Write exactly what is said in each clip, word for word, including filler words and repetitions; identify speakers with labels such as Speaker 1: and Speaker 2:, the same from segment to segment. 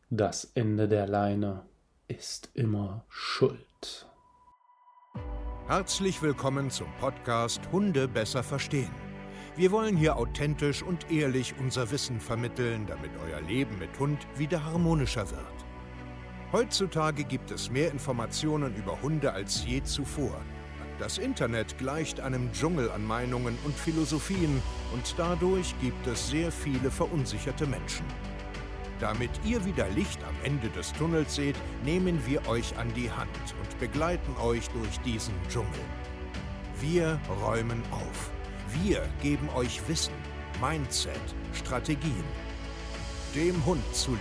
Speaker 1: Das Ende der Leine ist immer schuld.
Speaker 2: Herzlich willkommen zum Podcast Hunde besser verstehen. Wir wollen hier authentisch und ehrlich unser Wissen vermitteln, damit euer Leben mit Hund wieder harmonischer wird. Heutzutage gibt es mehr Informationen über Hunde als je zuvor. Das Internet gleicht einem Dschungel an Meinungen und Philosophien und dadurch gibt es sehr viele verunsicherte Menschen. Damit ihr wieder Licht am Ende des Tunnels seht, nehmen wir euch an die Hand und begleiten euch durch diesen Dschungel. Wir räumen auf. Wir geben euch Wissen, Mindset, Strategien. Dem Hund zuliebe.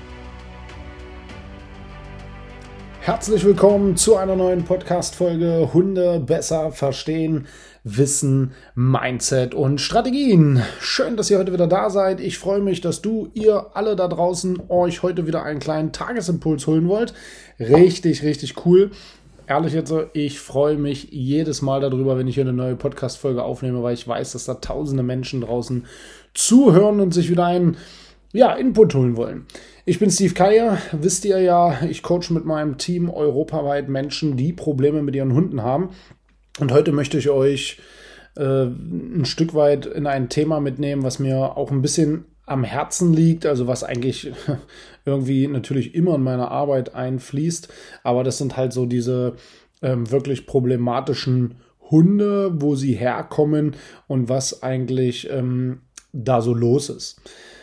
Speaker 1: Herzlich willkommen zu einer neuen Podcast-Folge Hunde besser verstehen, Wissen, Mindset und Strategien. Schön, dass ihr heute wieder da seid. Ich freue mich, dass du, ihr alle da draußen, euch heute wieder einen kleinen Tagesimpuls holen wollt. Richtig, richtig cool. Ehrlich jetzt, ich freue mich jedes Mal darüber, wenn ich hier eine neue Podcast-Folge aufnehme, weil ich weiß, dass da tausende Menschen draußen zuhören und sich wieder einen ja, Input holen wollen. Ich bin Steve Keier, wisst ihr ja, ich coache mit meinem Team europaweit Menschen, die Probleme mit ihren Hunden haben. Und heute möchte ich euch äh, ein Stück weit in ein Thema mitnehmen, was mir auch ein bisschen am Herzen liegt, also was eigentlich irgendwie natürlich immer in meine Arbeit einfließt. Aber das sind halt so diese ähm, wirklich problematischen Hunde, wo sie herkommen und was eigentlich ähm, da so los ist.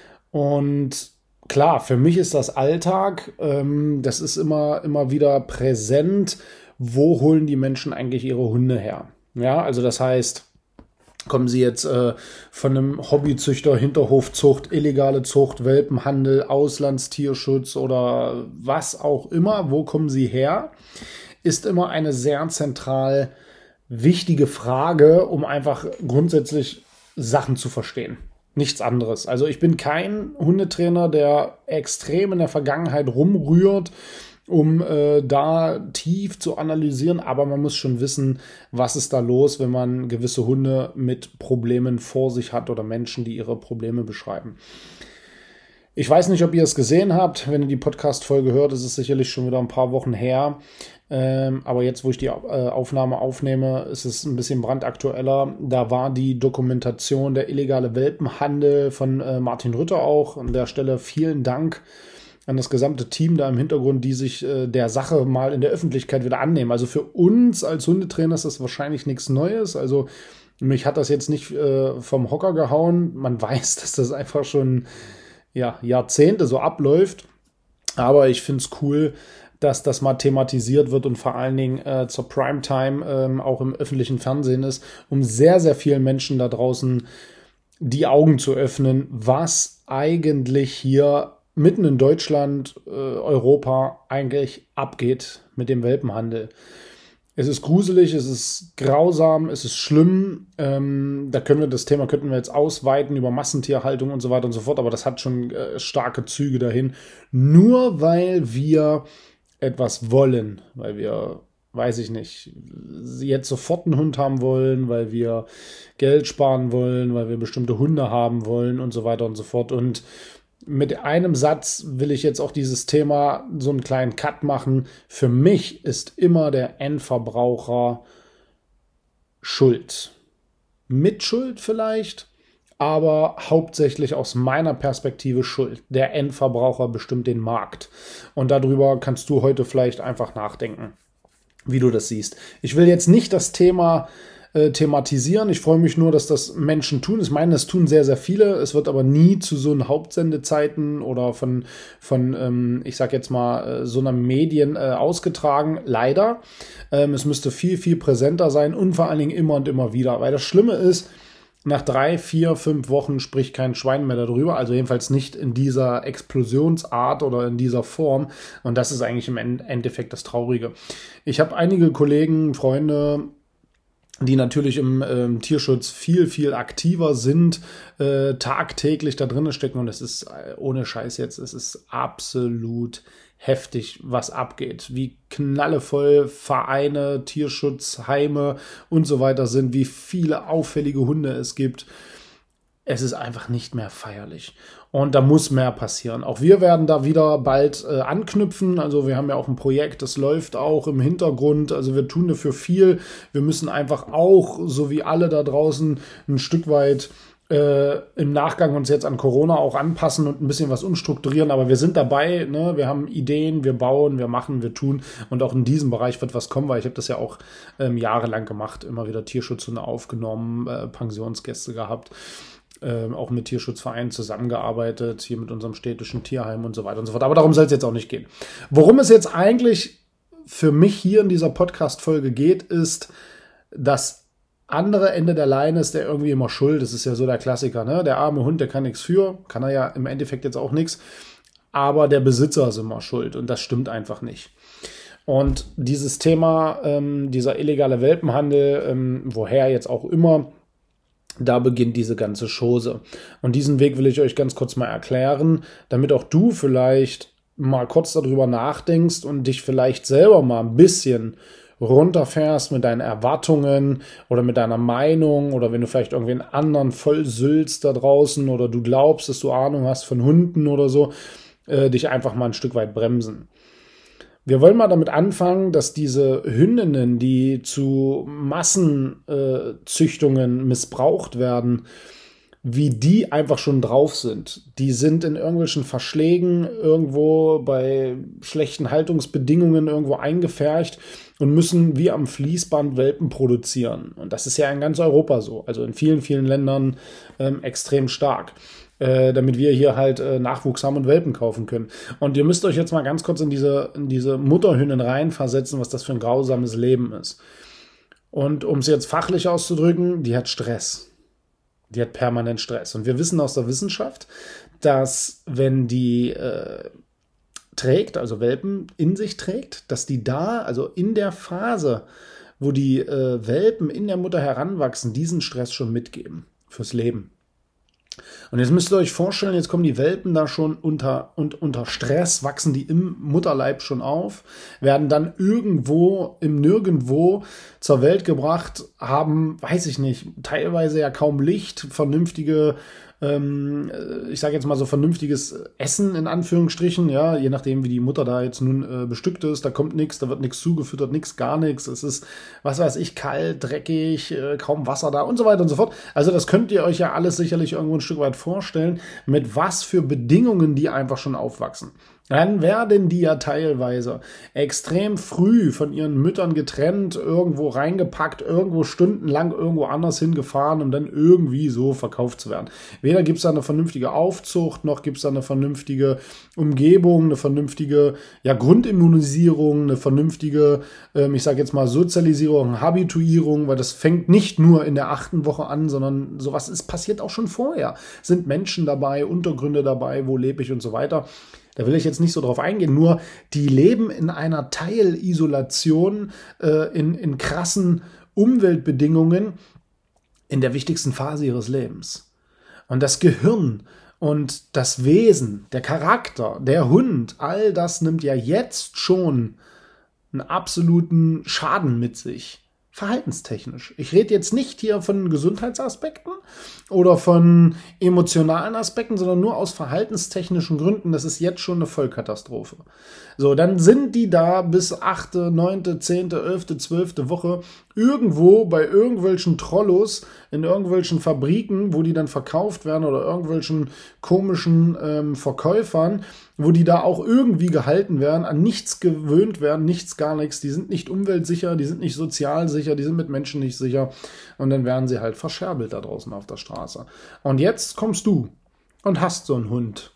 Speaker 1: Und klar, für mich ist das Alltag, ähm, das ist immer, immer wieder präsent. Wo holen die Menschen eigentlich ihre Hunde her? Ja, also das heißt, kommen sie jetzt äh, von einem Hobbyzüchter, Hinterhofzucht, illegale Zucht, Welpenhandel, Auslandstierschutz oder was auch immer, wo kommen sie her? Ist immer eine sehr zentral wichtige Frage, um einfach grundsätzlich Sachen zu verstehen. Nichts anderes. Also ich bin kein Hundetrainer, der extrem in der Vergangenheit rumrührt, um äh, da tief zu analysieren, aber man muss schon wissen, was ist da los, wenn man gewisse Hunde mit Problemen vor sich hat oder Menschen, die ihre Probleme beschreiben. Ich weiß nicht, ob ihr es gesehen habt, wenn ihr die Podcast-Folge hört, ist es sicherlich schon wieder ein paar Wochen her, ähm, aber jetzt, wo ich die äh, Aufnahme aufnehme, ist es ein bisschen brandaktueller. Da war die Dokumentation der illegale Welpenhandel von äh, Martin Rütter auch. An der Stelle vielen Dank an das gesamte Team da im Hintergrund, die sich äh, der Sache mal in der Öffentlichkeit wieder annehmen. Also für uns als Hundetrainer ist das wahrscheinlich nichts Neues. Also mich hat das jetzt nicht äh, vom Hocker gehauen. Man weiß, dass das einfach schon ja, Jahrzehnte so abläuft. Aber ich finde es cool, dass das mal thematisiert wird und vor allen Dingen äh, zur Primetime ähm, auch im öffentlichen Fernsehen ist, um sehr, sehr vielen Menschen da draußen die Augen zu öffnen, was eigentlich hier mitten in Deutschland, äh, Europa eigentlich abgeht mit dem Welpenhandel. Es ist gruselig, es ist grausam, es ist schlimm. Ähm, da können wir das Thema könnten wir jetzt ausweiten über Massentierhaltung und so weiter und so fort, aber das hat schon äh, starke Züge dahin. Nur weil wir etwas wollen, weil wir, weiß ich nicht, jetzt sofort einen Hund haben wollen, weil wir Geld sparen wollen, weil wir bestimmte Hunde haben wollen und so weiter und so fort. Und mit einem Satz will ich jetzt auch dieses Thema so einen kleinen Cut machen. Für mich ist immer der Endverbraucher schuld. Mitschuld vielleicht, aber hauptsächlich aus meiner Perspektive schuld. Der Endverbraucher bestimmt den Markt. Und darüber kannst du heute vielleicht einfach nachdenken, wie du das siehst. Ich will jetzt nicht das Thema äh, thematisieren. Ich freue mich nur, dass das Menschen tun. Ich meine, das tun sehr, sehr viele. Es wird aber nie zu so einen Hauptsendezeiten oder von, von ähm, ich sag jetzt mal, äh, so einer Medien äh, ausgetragen. Leider. Ähm, es müsste viel, viel präsenter sein und vor allen Dingen immer und immer wieder. Weil das Schlimme ist, nach drei, vier, fünf Wochen spricht kein Schwein mehr darüber, also jedenfalls nicht in dieser Explosionsart oder in dieser Form. Und das ist eigentlich im Endeffekt das Traurige. Ich habe einige Kollegen, Freunde, die natürlich im ähm, Tierschutz viel, viel aktiver sind, äh, tagtäglich da drin stecken. Und es ist, äh, ohne Scheiß jetzt, es ist absolut heftig, was abgeht. Wie knallevoll Vereine, Tierschutzheime und so weiter sind, wie viele auffällige Hunde es gibt. Es ist einfach nicht mehr feierlich. Und da muss mehr passieren. Auch wir werden da wieder bald äh, anknüpfen. Also wir haben ja auch ein Projekt, das läuft auch im Hintergrund. Also wir tun dafür viel. Wir müssen einfach auch, so wie alle da draußen, ein Stück weit äh, im Nachgang uns jetzt an Corona auch anpassen und ein bisschen was umstrukturieren. Aber wir sind dabei. Ne? Wir haben Ideen, wir bauen, wir machen, wir tun. Und auch in diesem Bereich wird was kommen, weil ich habe das ja auch ähm, jahrelang gemacht. Immer wieder Tierschutzhunde aufgenommen, äh, Pensionsgäste gehabt. Ähm, auch mit Tierschutzvereinen zusammengearbeitet, hier mit unserem städtischen Tierheim und so weiter und so fort. Aber darum soll es jetzt auch nicht gehen. Worum es jetzt eigentlich für mich hier in dieser Podcast-Folge geht, ist, das andere Ende der Leine ist der irgendwie immer schuld. Das ist ja so der Klassiker, ne? Der arme Hund, der kann nichts für, kann er ja im Endeffekt jetzt auch nichts, aber der Besitzer ist immer schuld und das stimmt einfach nicht. Und dieses Thema, ähm, dieser illegale Welpenhandel, ähm, woher jetzt auch immer, da beginnt diese ganze Chose. Und diesen Weg will ich euch ganz kurz mal erklären, damit auch du vielleicht mal kurz darüber nachdenkst und dich vielleicht selber mal ein bisschen runterfährst mit deinen Erwartungen oder mit deiner Meinung oder wenn du vielleicht irgendwen anderen voll sülzt da draußen oder du glaubst, dass du Ahnung hast von Hunden oder so, äh, dich einfach mal ein Stück weit bremsen. Wir wollen mal damit anfangen, dass diese Hündinnen, die zu Massenzüchtungen missbraucht werden, wie die einfach schon drauf sind. Die sind in irgendwelchen Verschlägen irgendwo bei schlechten Haltungsbedingungen irgendwo eingepfercht und müssen wie am Fließband Welpen produzieren. Und das ist ja in ganz Europa so, also in vielen, vielen Ländern ähm, extrem stark. Äh, damit wir hier halt äh, Nachwuchs haben und Welpen kaufen können. Und ihr müsst euch jetzt mal ganz kurz in diese, in diese Mutterhündin reinversetzen, was das für ein grausames Leben ist. Und um es jetzt fachlich auszudrücken, die hat Stress. Die hat permanent Stress. Und wir wissen aus der Wissenschaft, dass wenn die äh, trägt, also Welpen in sich trägt, dass die da, also in der Phase, wo die äh, Welpen in der Mutter heranwachsen, diesen Stress schon mitgeben fürs Leben. Und jetzt müsst ihr euch vorstellen, jetzt kommen die Welpen da schon unter, und unter Stress, wachsen die im Mutterleib schon auf, werden dann irgendwo im Nirgendwo zur Welt gebracht, haben, weiß ich nicht, teilweise ja kaum Licht, vernünftige, ähm, ich sage jetzt mal so vernünftiges Essen in Anführungsstrichen, ja, je nachdem wie die Mutter da jetzt nun äh, bestückt ist, da kommt nichts, da wird nichts zugefüttert, nichts, gar nichts, es ist, was weiß ich, kalt, dreckig, äh, kaum Wasser da und so weiter und so fort. Also das könnt ihr euch ja alles sicherlich irgendwo ein Stück weit vorstellen, mit was für Bedingungen die einfach schon aufwachsen. Dann werden die ja teilweise extrem früh von ihren Müttern getrennt, irgendwo reingepackt, irgendwo stundenlang irgendwo anders hingefahren, um dann irgendwie so verkauft zu werden. Weder gibt es da eine vernünftige Aufzucht, noch gibt es da eine vernünftige Umgebung, eine vernünftige ja, Grundimmunisierung, eine vernünftige, ähm, ich sage jetzt mal Sozialisierung, Habituierung, weil das fängt nicht nur in der achten Woche an, sondern sowas ist passiert auch schon vorher. Sind Menschen dabei, Untergründe dabei, wo lebe ich und so weiter. Da will ich jetzt nicht so drauf eingehen, nur die leben in einer Teilisolation, äh, in, in krassen Umweltbedingungen in der wichtigsten Phase ihres Lebens. Und das Gehirn und das Wesen, der Charakter, der Hund, all das nimmt ja jetzt schon einen absoluten Schaden mit sich. Verhaltenstechnisch. Ich rede jetzt nicht hier von Gesundheitsaspekten oder von emotionalen Aspekten, sondern nur aus verhaltenstechnischen Gründen. Das ist jetzt schon eine Vollkatastrophe. So, dann sind die da bis achte, neunte, zehnte, elfte, zwölfte Woche irgendwo bei irgendwelchen Trollos in irgendwelchen Fabriken, wo die dann verkauft werden oder irgendwelchen komischen ähm, Verkäufern, wo die da auch irgendwie gehalten werden, an nichts gewöhnt werden, nichts, gar nichts. Die sind nicht umweltsicher, die sind nicht sozial sicher, die sind mit Menschen nicht sicher. Und dann werden sie halt verscherbelt da draußen auf der Straße. Und jetzt kommst du und hast so einen Hund.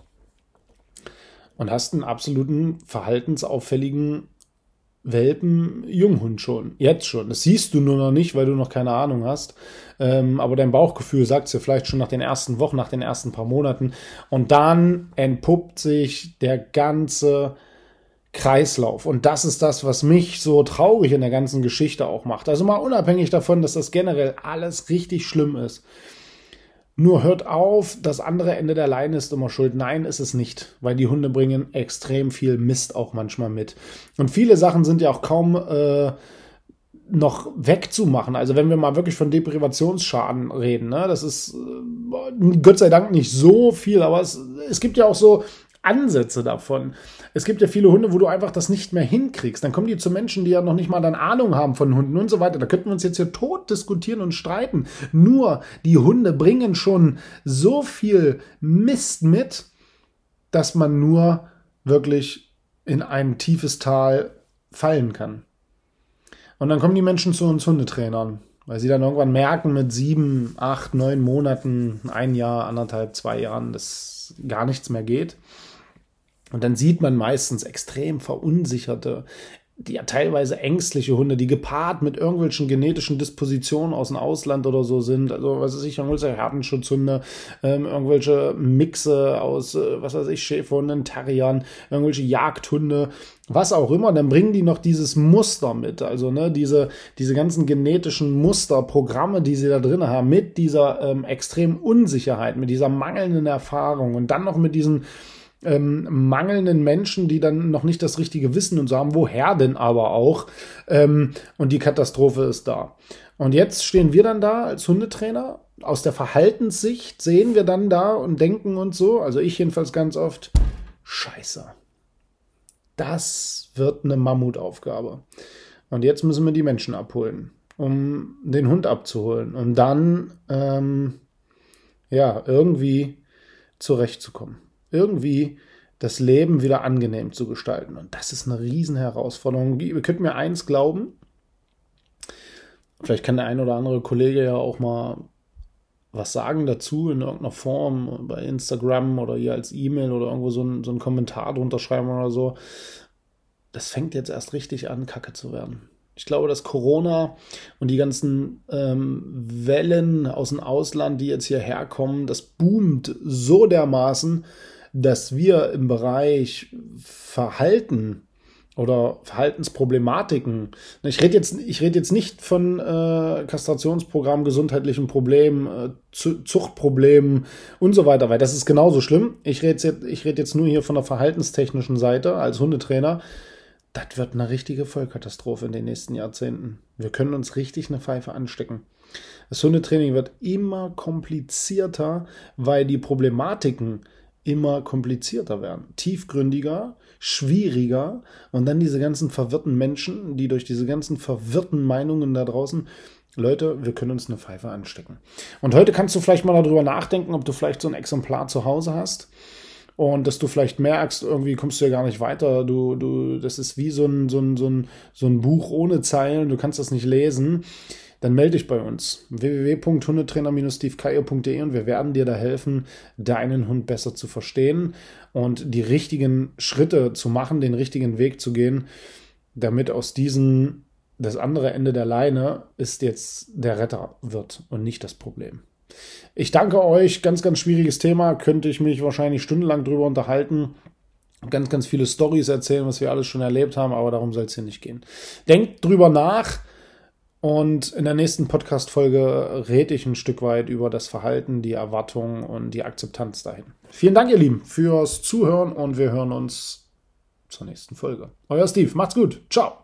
Speaker 1: Und hast einen absoluten verhaltensauffälligen Welpen-Junghund schon. Jetzt schon. Das siehst du nur noch nicht, weil du noch keine Ahnung hast. Ähm, aber dein Bauchgefühl sagt es dir vielleicht schon nach den ersten Wochen, nach den ersten paar Monaten. Und dann entpuppt sich der ganze Kreislauf. Und das ist das, was mich so traurig in der ganzen Geschichte auch macht. Also mal unabhängig davon, dass das generell alles richtig schlimm ist. Nur hört auf, das andere Ende der Leine ist immer schuld. Nein, ist es nicht, weil die Hunde bringen extrem viel Mist auch manchmal mit. Und viele Sachen sind ja auch kaum, äh, noch wegzumachen. Also wenn wir mal wirklich von Deprivationsschaden reden, ne, das ist äh, Gott sei Dank nicht so viel, aber es, es gibt ja auch so Ansätze davon. Es gibt ja viele Hunde, wo du einfach das nicht mehr hinkriegst. Dann kommen die zu Menschen, die ja noch nicht mal dann Ahnung haben von Hunden und so weiter. Da könnten wir uns jetzt hier tot diskutieren und streiten. Nur die Hunde bringen schon so viel Mist mit, dass man nur wirklich in ein tiefes Tal fallen kann. Und dann kommen die Menschen zu uns Hundetrainern, weil sie dann irgendwann merken mit sieben, acht, neun Monaten, ein Jahr, anderthalb, zwei Jahren, dass gar nichts mehr geht. Und dann sieht man meistens extrem verunsicherte, die ja teilweise ängstliche Hunde, die gepaart mit irgendwelchen genetischen Dispositionen aus dem Ausland oder so sind. Also, was weiß ich, irgendwelche Herdenschutzhunde, ähm, irgendwelche Mixe aus, äh, was weiß ich, Schäferhunden, Terriern, irgendwelche Jagdhunde, was auch immer. Dann bringen die noch dieses Muster mit. Also, ne, diese, diese ganzen genetischen Musterprogramme, die sie da drin haben, mit dieser ähm, extremen Unsicherheit, mit dieser mangelnden Erfahrung und dann noch mit diesen Ähm, mangelnden Menschen, die dann noch nicht das richtige Wissen und so haben, woher denn aber auch, ähm, und die Katastrophe ist da. Und jetzt stehen wir dann da als Hundetrainer, aus der Verhaltenssicht sehen wir dann da und denken uns so, also ich jedenfalls ganz oft, scheiße, das wird eine Mammutaufgabe. Und jetzt müssen wir die Menschen abholen, um den Hund abzuholen und dann ähm, ja, irgendwie zurechtzukommen. Irgendwie das Leben wieder angenehm zu gestalten. Und das ist eine riesen Herausforderung. Ihr könnt mir eins glauben, vielleicht kann der ein oder andere Kollege ja auch mal was sagen dazu in irgendeiner Form, bei Instagram oder hier als E-Mail oder irgendwo so ein, so einen Kommentar drunter schreiben oder so. Das fängt jetzt erst richtig an, Kacke zu werden. Ich glaube, dass Corona und die ganzen ähm, Wellen aus dem Ausland, die jetzt hierher kommen, das boomt so dermaßen, dass wir im Bereich Verhalten oder Verhaltensproblematiken, ich rede jetzt, ich rede jetzt nicht von äh, Kastrationsprogrammen, gesundheitlichen Problemen, äh, Zuchtproblemen und so weiter, weil das ist genauso schlimm. Ich rede jetzt, ich rede jetzt nur hier von der verhaltenstechnischen Seite als Hundetrainer. Das wird eine richtige Vollkatastrophe in den nächsten Jahrzehnten. Wir können uns richtig eine Pfeife anstecken. Das Hundetraining wird immer komplizierter, weil die Problematiken immer komplizierter werden, tiefgründiger, schwieriger und dann diese ganzen verwirrten Menschen, die durch diese ganzen verwirrten Meinungen da draußen, Leute, wir können uns eine Pfeife anstecken. Und heute kannst du vielleicht mal darüber nachdenken, ob du vielleicht so ein Exemplar zu Hause hast und dass du vielleicht merkst, irgendwie kommst du ja gar nicht weiter, du, du, das ist wie so ein, so ein, so ein, so ein Buch ohne Zeilen, du kannst das nicht lesen. Dann melde dich bei uns, w w w punkt hundetrainer Bindestrich steve kaye punkt de, und wir werden dir da helfen, deinen Hund besser zu verstehen und die richtigen Schritte zu machen, den richtigen Weg zu gehen, damit aus diesen, das andere Ende der Leine ist jetzt der Retter wird und nicht das Problem. Ich danke euch, ganz, ganz schwieriges Thema, könnte ich mich wahrscheinlich stundenlang drüber unterhalten, ganz, ganz viele Storys erzählen, was wir alles schon erlebt haben, aber darum soll es hier nicht gehen. Denkt drüber nach. Und in der nächsten Podcast-Folge rede ich ein Stück weit über das Verhalten, die Erwartung und die Akzeptanz dahin. Vielen Dank, ihr Lieben, fürs Zuhören und wir hören uns zur nächsten Folge. Euer Steve, macht's gut. Ciao.